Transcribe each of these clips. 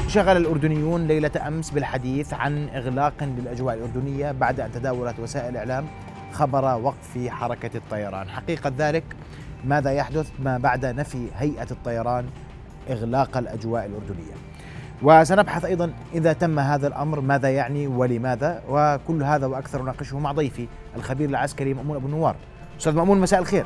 شغل الأردنيون ليلة أمس بالحديث عن إغلاق للأجواء الأردنية بعد أن تداولت وسائل الإعلام خبر وقف حركة الطيران. حقيقة ذلك ماذا يحدث ما بعد نفي هيئة الطيران إغلاق الأجواء الأردنية؟ وسنبحث أيضا إذا تم هذا الأمر ماذا يعني ولماذا، وكل هذا وأكثر نناقشه مع ضيفي الخبير العسكري مأمون أبو النوار. أستاذ مأمون، مساء الخير.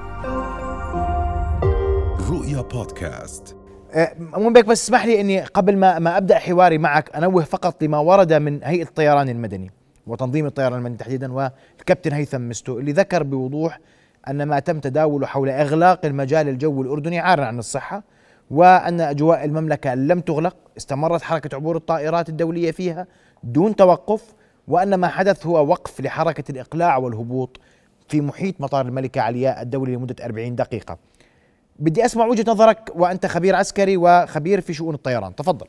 رؤيا بودكاست. مأمون بك، بس اسمح لي أني قبل ما أبدأ حواري معك أنوه فقط لما ورد من هيئة الطيران المدني وتنظيم الطيران المدني تحديدا، والكابتن هيثم مستو اللي ذكر بوضوح أن ما تم تداوله حول إغلاق المجال الجوي الأردني عار عن الصحة، وأن أجواء المملكة لم تغلق، استمرت حركة عبور الطائرات الدولية فيها دون توقف، وأن ما حدث هو وقف لحركة الإقلاع والهبوط في محيط مطار الملكة علياء الدولي لمدة 40 دقيقة. بدي أسمع وجهة نظرك وأنت خبير عسكري وخبير في شؤون الطيران، تفضل.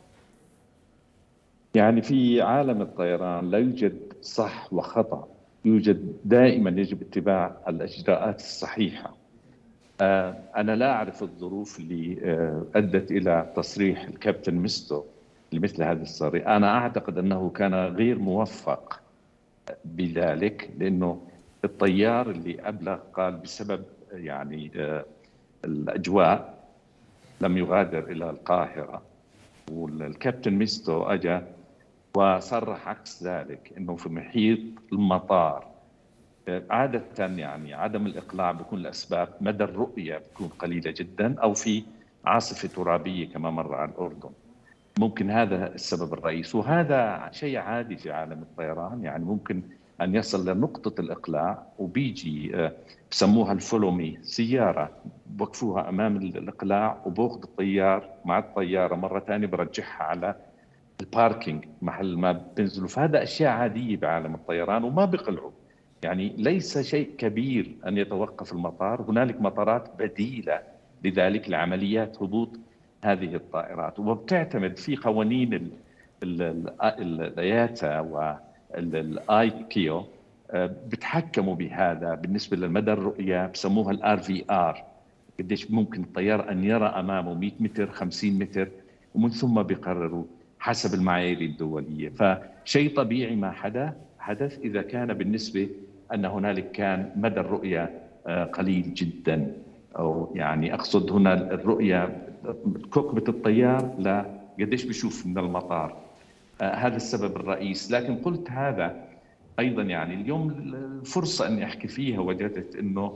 يعني في عالم الطيران لا يوجد صح وخطأ، يوجد دائما يجب اتباع الإجراءات الصحيحة. أنا لا أعرف الظروف اللي أدت إلى تصريح الكابتن مستو لمثل هذه الصريحة. أنا أعتقد أنه كان غير موفق بذلك، لأنه الطيار اللي أبلغ قال بسبب يعني الأجواء لم يغادر إلى القاهرة، والكابتن ميستو أجا وصرح عكس ذلك، إنه في محيط المطار. عادة يعني عدم الإقلاع بيكون الأسباب مدى الرؤية بتكون قليلة جدا، أو في عاصفة ترابية كما مر على الأردن. ممكن هذا السبب الرئيس، وهذا شيء عادي في عالم الطيران. يعني ممكن أن يصل لنقطة الإقلاع وبيجي بسموها الفولومي، سيارة بوقفوها أمام الإقلاع وبوخذ الطيار مع الطيارة مرة ثانية برجعها على الباركينج محل ما بنزلوا. فهذا أشياء عادية بعالم الطيران وما بيقلعوا. يعني ليس شيء كبير أن يتوقف المطار، هنالك مطارات بديلة لذلك لعمليات هبوط هذه الطائرات، وبتعتمد في قوانين الآياتا والآيكيو بتحكموا بهذا. بالنسبة للمدى الرؤية بسموها الRVR، قديش ممكن الطيار أن يرى أمامه 100 متر 50 متر، ومن ثم بيقرروا حسب المعايير الدولية. فشيء طبيعي ما حدث إذا كان بالنسبة أن هنالك كان مدى الرؤية قليل جدا، أو يعني أقصد هنا الرؤية كوكبة الطيار لا قديش بيشوف من المطار. هذا السبب الرئيس. لكن قلت هذا أيضا يعني اليوم الفرصة أني أحكي فيها، وجدت أنه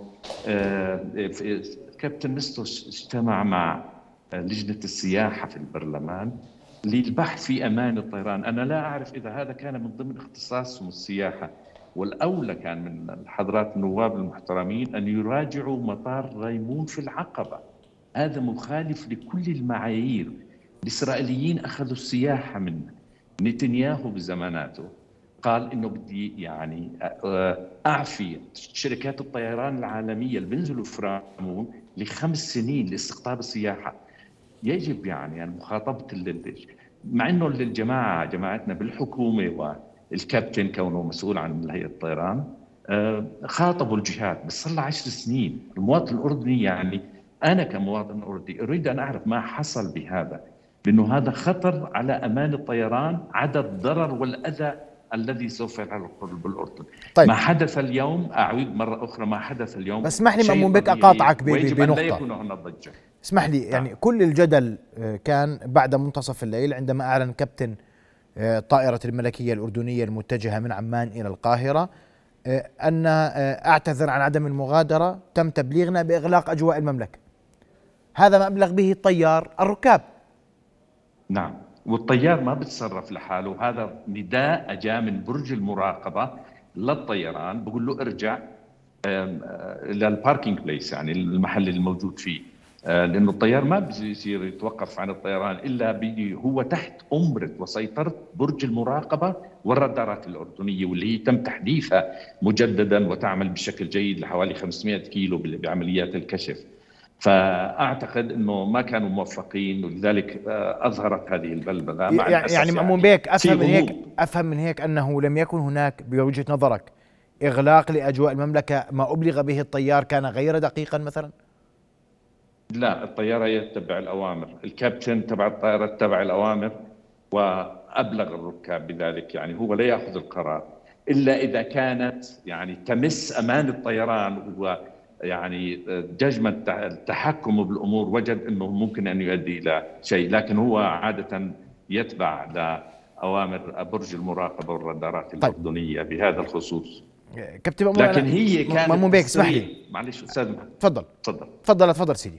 كابتن مستو اجتمع مع لجنة السياحة في البرلمان للبحث في أمان الطيران. أنا لا أعرف إذا هذا كان من ضمن اختصاصهم السياحة، والأولى كان من حضرات النواب المحترمين أن يراجعوا مطار ريمون في العقبة. هذا مخالف لكل المعايير. الإسرائيليين أخذوا السياحة من نتنياهو بزماناته، قال إنه بدي يعني أعفي شركات الطيران العالمية اللي بينزلوا في رامون ل5 سنين لاستقطاب السياحة. يجب يعني مخاطبة مع إنه جماعتنا بالحكومة والكابتن كونه مسؤول عن هيئة الطيران خاطبوا الجهات، بس صار له 10 سنين. المواطن الأردني يعني أنا كمواطن أردني أريد أن أعرف ما حصل بهذا، لأنه هذا خطر على أمان الطيران، عدا الضرر والأذى الذي سوف يفعله بالأردن. طيب. ما حدث اليوم، أعيد مرة أخرى، ما حدث اليوم بس اسمح لي مأمون بك أقاطعك بنقطة. اسمح لي، يعني كل الجدل كان بعد منتصف الليل عندما أعلن كابتن طائرة الملكية الأردنية المتجهة من عمان إلى القاهرة أن أعتذر عن عدم المغادرة، تم تبليغنا بإغلاق أجواء المملكة. هذا ما أبلغ به الطيار الركاب. نعم، والطيار ما بتصرف لحاله. هذا نداء جاء من برج المراقبة للطيران بقول له ارجع للباركينج بليس، يعني المحل الموجود فيه، لأنه الطيار ما بيصير يتوقف عن الطيران إلا بيجي هو تحت أمرة وسيطرة برج المراقبة والرادارات الأردنية، واللي هي تم تحديثها مجددا وتعمل بشكل جيد لحوالي 500 كيلو بعمليات الكشف. فأعتقد أنه ما كانوا موفقين، ولذلك أظهرت هذه البلبلة. يعني مأمون بك أفهم من هيك أنه لم يكن هناك بوجهة نظرك إغلاق لأجواء المملكة، ما أبلغ به الطيار كان غير دقيقا مثلا؟ لا، الطيارة يتبع الأوامر، الكابتن تبع الطائرة تبع الأوامر. وأبلغ الركاب بذلك. يعني هو لا يأخذ القرار إلا إذا كانت يعني تمس أمان الطيران، ويعني ججمنت التحكم بالأمور وجد أنه ممكن أن يؤدي إلى شيء، لكن هو عادة يتبع لأوامر برج المراقبة والرادارات الأردنية بهذا الخصوص. كابتن مأمون، لكن هي كانت مأمون بيك اسمح لي، معلش أستاذ تفضل سيدي.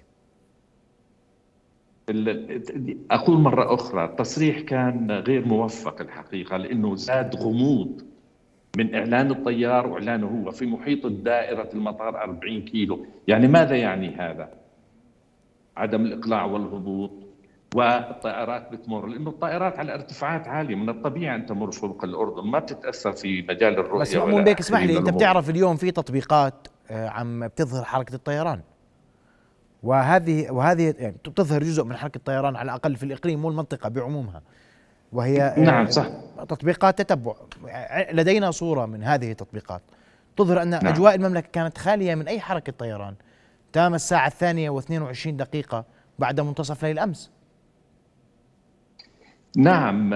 أقول مرة أخرى التصريح كان غير موفق الحقيقة، لأنه زاد غموض من إعلان الطيار وإعلانه هو في محيط دائرة المطار 40 كيلو. يعني ماذا يعني هذا؟ عدم الإقلاع والهبوط، والطائرات بتمر، لأنه الطائرات على ارتفاعات عالية من الطبيعي أن تمر فوق الأردن، ما بتتأثر في مجال الرؤية. بس مأمون بيك اسمح لي، أنت بتعرف اليوم في تطبيقات عم بتظهر حركة الطيران، وهذه يعني تظهر جزء من حركة الطيران على الأقل في الإقليم والمنطقة بعمومها، وهي نعم صح، تطبيقات تتبع. لدينا صورة من هذه التطبيقات تظهر أن أجواء المملكة كانت خالية من أي حركة طيران تام الساعة 2:22 بعد منتصف ليل أمس. نعم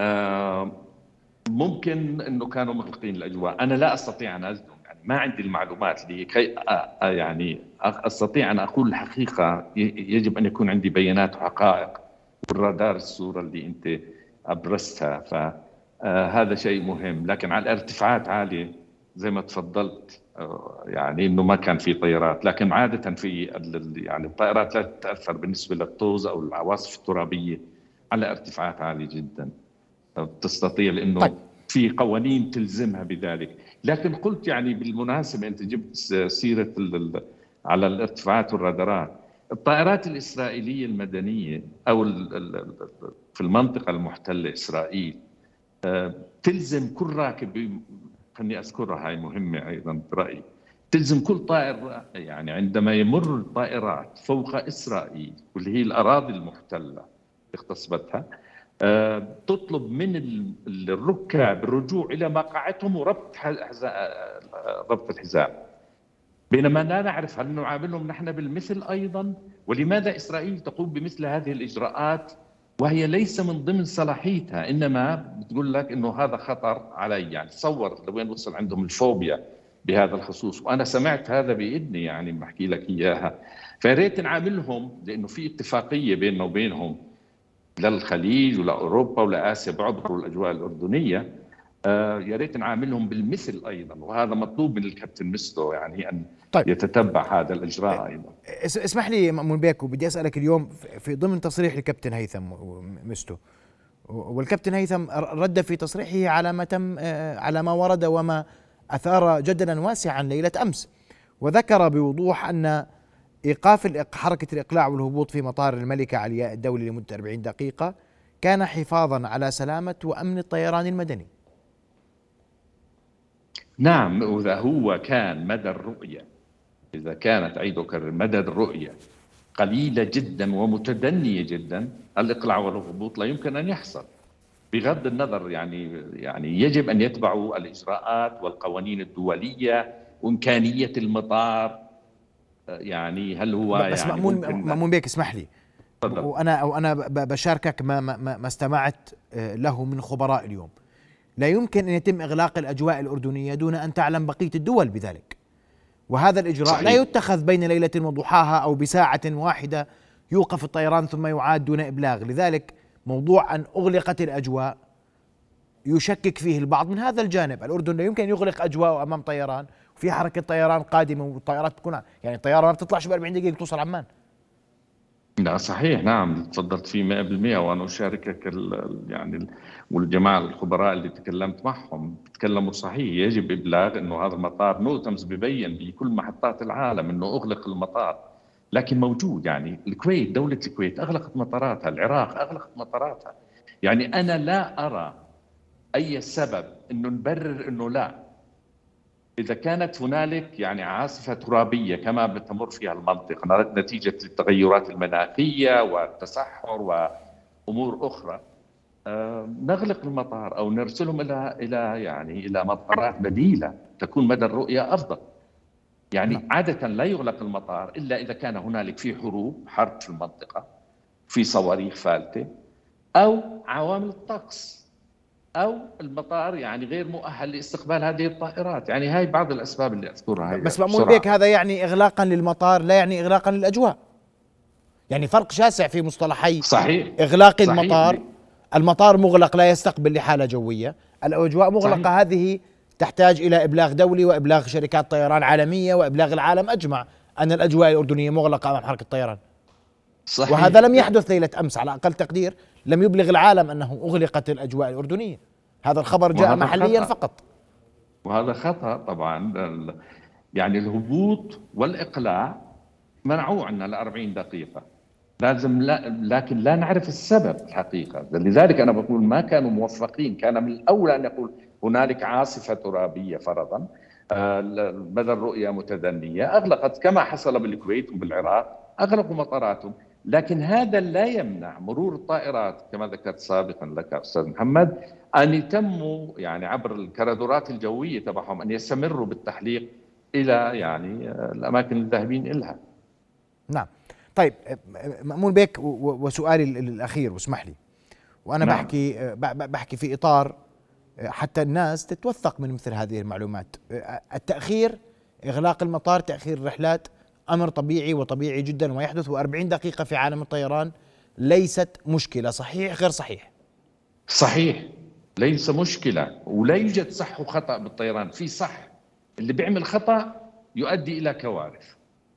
ممكن أنه كانوا مغلقين الأجواء. أنا لا أستطيع أن أزدم، يعني ما عندي المعلومات لكي يعني أستطيع أن أقول الحقيقة. يجب أن يكون عندي بيانات وحقائق، والرادار الصورة اللي أنت أبرزتها، فهذا شيء مهم. لكن على ارتفاعات عالية زي ما تفضلت يعني أنه ما كان في طيارات، لكن عادة في يعني الطائرات لا تتأثر بالنسبة للطوز أو العواصف الترابية على ارتفاعات عالية جدا تستطيع، لأنه في قوانين تلزمها بذلك. لكن قلت يعني بالمناسبة أنت جبت سيرة على الارتفاعات والرادارات، الطائرات الإسرائيلية المدنية أو في المنطقة المحتلة إسرائيل تلزم كل راكب، خلني أذكرها هاي مهمة أيضا برأيي، تلزم كل طائر يعني عندما يمر الطائرات فوق إسرائيل واللي هي الأراضي المحتلة اغتصبتها، تطلب من الركاب الرجوع إلى مقاعدهم وربط الحزام. بينما لا نعرف هل نعاملهم نحن بالمثل أيضا، ولماذا إسرائيل تقوم بمثل هذه الإجراءات وهي ليس من ضمن صلاحيتها، إنما بتقول لك إنه هذا خطر علي. يعني تصور لوين وصل عندهم الفوبيا بهذا الخصوص، وأنا سمعت هذا بإذني يعني بحكي لك إياها. فياريت نعاملهم، لأنه في اتفاقية بيننا وبينهم للخليج ولأوروبا ولآسيا بعبر الأجواء الأردنية، يا ريت نعاملهم بالمثل أيضا، وهذا مطلوب من الكابتن مستو يعني أن يتتبع هذا الإجراء أيضا. اسمح لي مأمون بيك، وبدي أسألك اليوم في ضمن تصريح الكابتن هيثم مستو، والكابتن هيثم رد في تصريحه على ما ورد وما أثار جدلا واسعا ليلة أمس، وذكر بوضوح أن إيقاف حركة الإقلاع والهبوط في مطار الملكة علياء الدولي لمدة 40 دقيقة كان حفاظا على سلامة وأمن الطيران المدني. نعم، وإذا هو كان مدى الرؤية، إذا كانت أعيد وأكرر مدى الرؤية قليلة جدا ومتدنية جدا، الإقلاع والهبوط لا يمكن أن يحصل بغض النظر. يعني يجب أن يتبعوا الإجراءات والقوانين الدولية وإمكانية المطار. يعني هل هو بس يعني مأمون بيك اسمح لي، وأنا بشاركك ما استمعت له من خبراء اليوم. لا يمكن أن يتم إغلاق الأجواء الأردنية دون أن تعلم بقية الدول بذلك، وهذا الإجراء صحيح. لا يتخذ بين ليلة وضحاها أو بساعة واحدة يوقف الطيران ثم يعاد دون إبلاغ. لذلك موضوع أن أغلقت الأجواء يشكك فيه البعض من هذا الجانب. الأردن لا يمكن يغلق أجواء أمام طيران وفي حركة طيران قادمة، والطيارات تكون يعني الطيارة ما بتطلعش ب40 دقيقة توصل عمان. لا صحيح، نعم تفضلت فيه 100%، وأنا أشاركك يعني والجماعة الخبراء اللي تكلمت معهم تكلموا صحيح. يجب إبلاغ إنه هذا المطار نوتمز ببين بكل محطات العالم إنه أغلق المطار، لكن موجود. يعني الكويت، دولة الكويت أغلقت مطاراتها، العراق أغلقت مطاراتها. يعني أنا لا أرى أي سبب إنه نبرر إنه لا، إذا كانت هنالك يعني عاصفة ترابية كما بتمر فيها المنطقة نتيجة التغيرات المناخية والتصحر وأمور أخرى، نغلق المطار أو نرسلهم إلى مطارات بديلة تكون مدى الرؤية أفضل. يعني عادة لا يغلق المطار إلا إذا كان هنالك في حرب في المنطقة، في صواريخ فالتة، أو عوامل الطقس، أو المطار يعني غير مؤهل لاستقبال هذه الطائرات. يعني هاي بعض الأسباب اللي أذكرها. بس مأمون بيك هذا يعني إغلاقا للمطار لا يعني إغلاقا للأجواء، يعني فرق شاسع في مصطلحي. صحيح. إغلاق صحيح. المطار، المطار مغلق لا يستقبل لحالة جوية، الأجواء مغلقة. صحيح. هذه تحتاج إلى إبلاغ دولي وإبلاغ شركات طيران عالمية وإبلاغ العالم أجمع أن الأجواء الأردنية مغلقة أمام حركة الطيران. صحيح. وهذا لم يحدث ليلة أمس، على أقل تقدير لم يبلغ العالم أنه أغلقت الأجواء الأردنية. هذا الخبر جاء محليا خطأ. فقط، وهذا خطأ طبعا. يعني الهبوط والإقلاع منعوه عنا ل40 دقيقة لازم، لكن لا نعرف السبب الحقيقة. لذلك أنا بقول ما كانوا موفقين. كان من الأولى أن يقول هنالك عاصفة ترابية فرضا، مدى الرؤية متدنية، أغلقت كما حصل بالكويت وبالعراق، أغلقوا مطاراتهم. لكن هذا لا يمنع مرور الطائرات كما ذكرت سابقا لك أستاذ محمد، أن يتموا يعني عبر الكرادورات الجوية تبعهم أن يستمروا بالتحليق إلى يعني الأماكن الذاهبين إلها. نعم. طيب مأمون بيك، وسؤالي الأخير واسمح لي، وأنا نعم. بحكي في إطار حتى الناس تتوثق من مثل هذه المعلومات. التأخير، إغلاق المطار، تأخير الرحلات أمر طبيعي وطبيعي جدا ويحدث، و40 دقيقة في عالم الطيران ليست مشكلة. صحيح غير صحيح؟ صحيح، ليس مشكلة، ولا يوجد صح وخطأ بالطيران. في صح، اللي بيعمل خطأ يؤدي إلى كوارث.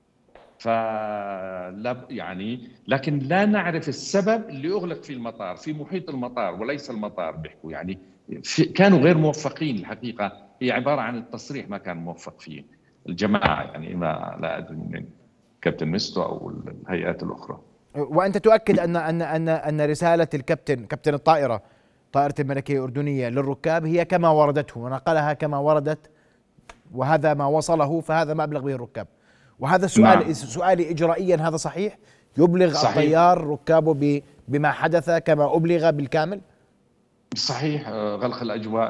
فلا يعني، لكن لا نعرف السبب اللي أغلق في المطار، في محيط المطار وليس المطار. بيحكوا يعني كانوا غير موفقين الحقيقة. هي عبارة عن التصريح ما كان موفق فيه الجماعة، يعني ما لا أدري من كابتن مستو أو الهيئات الأخرى. وأنت تؤكد أن رسالة كابتن الطائرة، طائرة الملكية الأردنية للركاب هي كما وردته ونقلها كما وردت، وهذا ما وصله، فهذا ما أبلغ به الركاب. وهذا السؤال نعم. سؤالي إجرائيا، هذا صحيح؟ يبلغ صحيح. الطيار ركابه بما حدث كما أبلغ بالكامل؟ صحيح. غلق الأجواء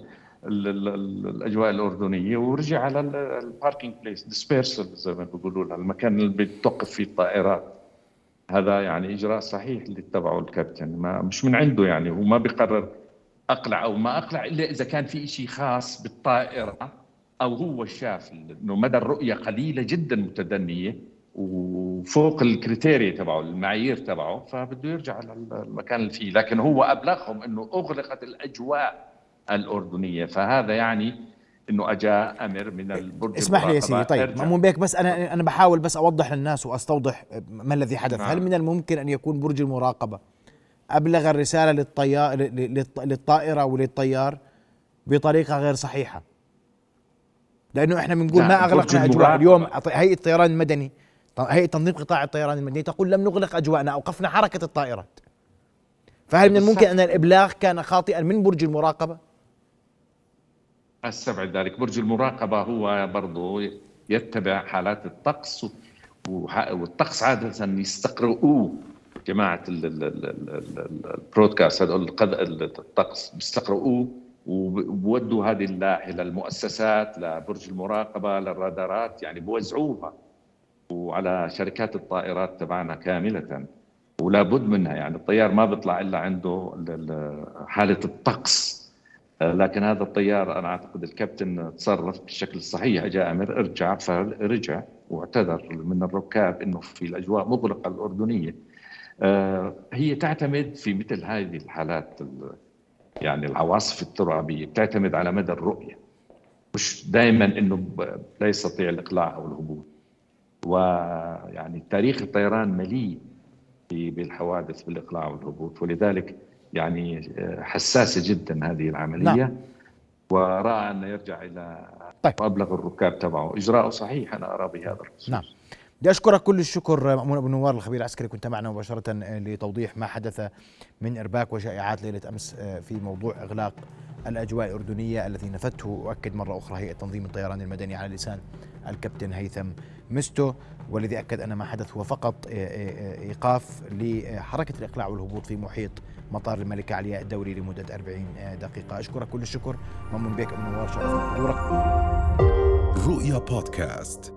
الأردنية، ورجع على الباركينج بليس ديسبيرسل زي ما بيقولوا لها، المكان اللي بتوقف فيه الطائرات. هذا يعني إجراء صحيح اللي اتبعه الكابتن، ما مش من عنده يعني. هو ما بيقرر أقلع أو ما أقلع إلا إذا كان في شيء خاص بالطائرة، أو هو شاف إنه مدى الرؤية قليلة جدا متدنية وفوق الكريتيريا تبعه، المعايير تبعه، فبده يرجع على المكان اللي فيه. لكن هو أبلغهم إنه أغلقت الأجواء الأردنية، فهذا يعني إنه أجاء أمر من البرج. اسمح لي يا سيدي. طيب مأمون بيك، بس أنا بحاول بس أوضح للناس وأستوضح ما الذي حدث. هل من الممكن أن يكون برج المراقبة أبلغ الرسالة للطائرة وللطيار بطريقة غير صحيحة؟ لأنه إحنا بنقول ما أغلقنا أجواء. اليوم هيئة الطيران المدني، هيئة تنظيم قطاع الطيران المدني تقول لم نغلق أجواءنا، أوقفنا حركة الطائرات. فهل من الممكن أن الإبلاغ كان خاطئا من برج المراقبة؟ أستبعد ذلك. برج المراقبة هو برضو يتبع حالات الطقس، والطقس عادة يستقرؤوه جماعة البرودكاست، هذول الطقس بيستقرؤوه وبودوا هذه اللائحة للمؤسسات، لبرج المراقبة، للرادارات، يعني بوزعوها وعلى شركات الطائرات تبعنا كاملة، ولا بد منها. يعني الطيار ما بيطلع إلا عنده حالة الطقس. لكن هذا الطيار أنا أعتقد الكابتن تصرف بالشكل الصحيح، جاء أمر ارجع، فرجع واعتذر من الركاب إنه في الأجواء مغلقة الأردنية. هي تعتمد في مثل هذه الحالات، يعني العواصف الترابية بتعتمد على مدى الرؤية، مش دائما إنه لا يستطيع الإقلاع أو الهبوط. ويعني تاريخ الطيران مليء بالحوادث بالإقلاع والهبوط، ولذلك يعني حساسة جدا هذه العملية. نعم. ورأى أن يرجع إلى وأبلغ الركاب تبعه إجراء صحيح، أنا أرى بهذا الخصوص. نعم. بدي أشكرك كل الشكر مأمون أبو نوار الخبير العسكري، كنت معنا مباشرة لتوضيح ما حدث من إرباك وشائعات ليلة أمس في موضوع إغلاق الأجواء الأردنية الذي نفته، وأكد مرة أخرى هيئة تنظيم الطيران المدني على لسان الكابتن هيثم مستو، والذي أكد أن ما حدث هو فقط إيقاف لحركة الإقلاع والهبوط في محيط مطار الملكة علياء الدولي لمدة 40 دقيقة. أشكرك كل الشكر مأمون بيك أبو نوار، شرف حضورك. رؤيا بودكاست.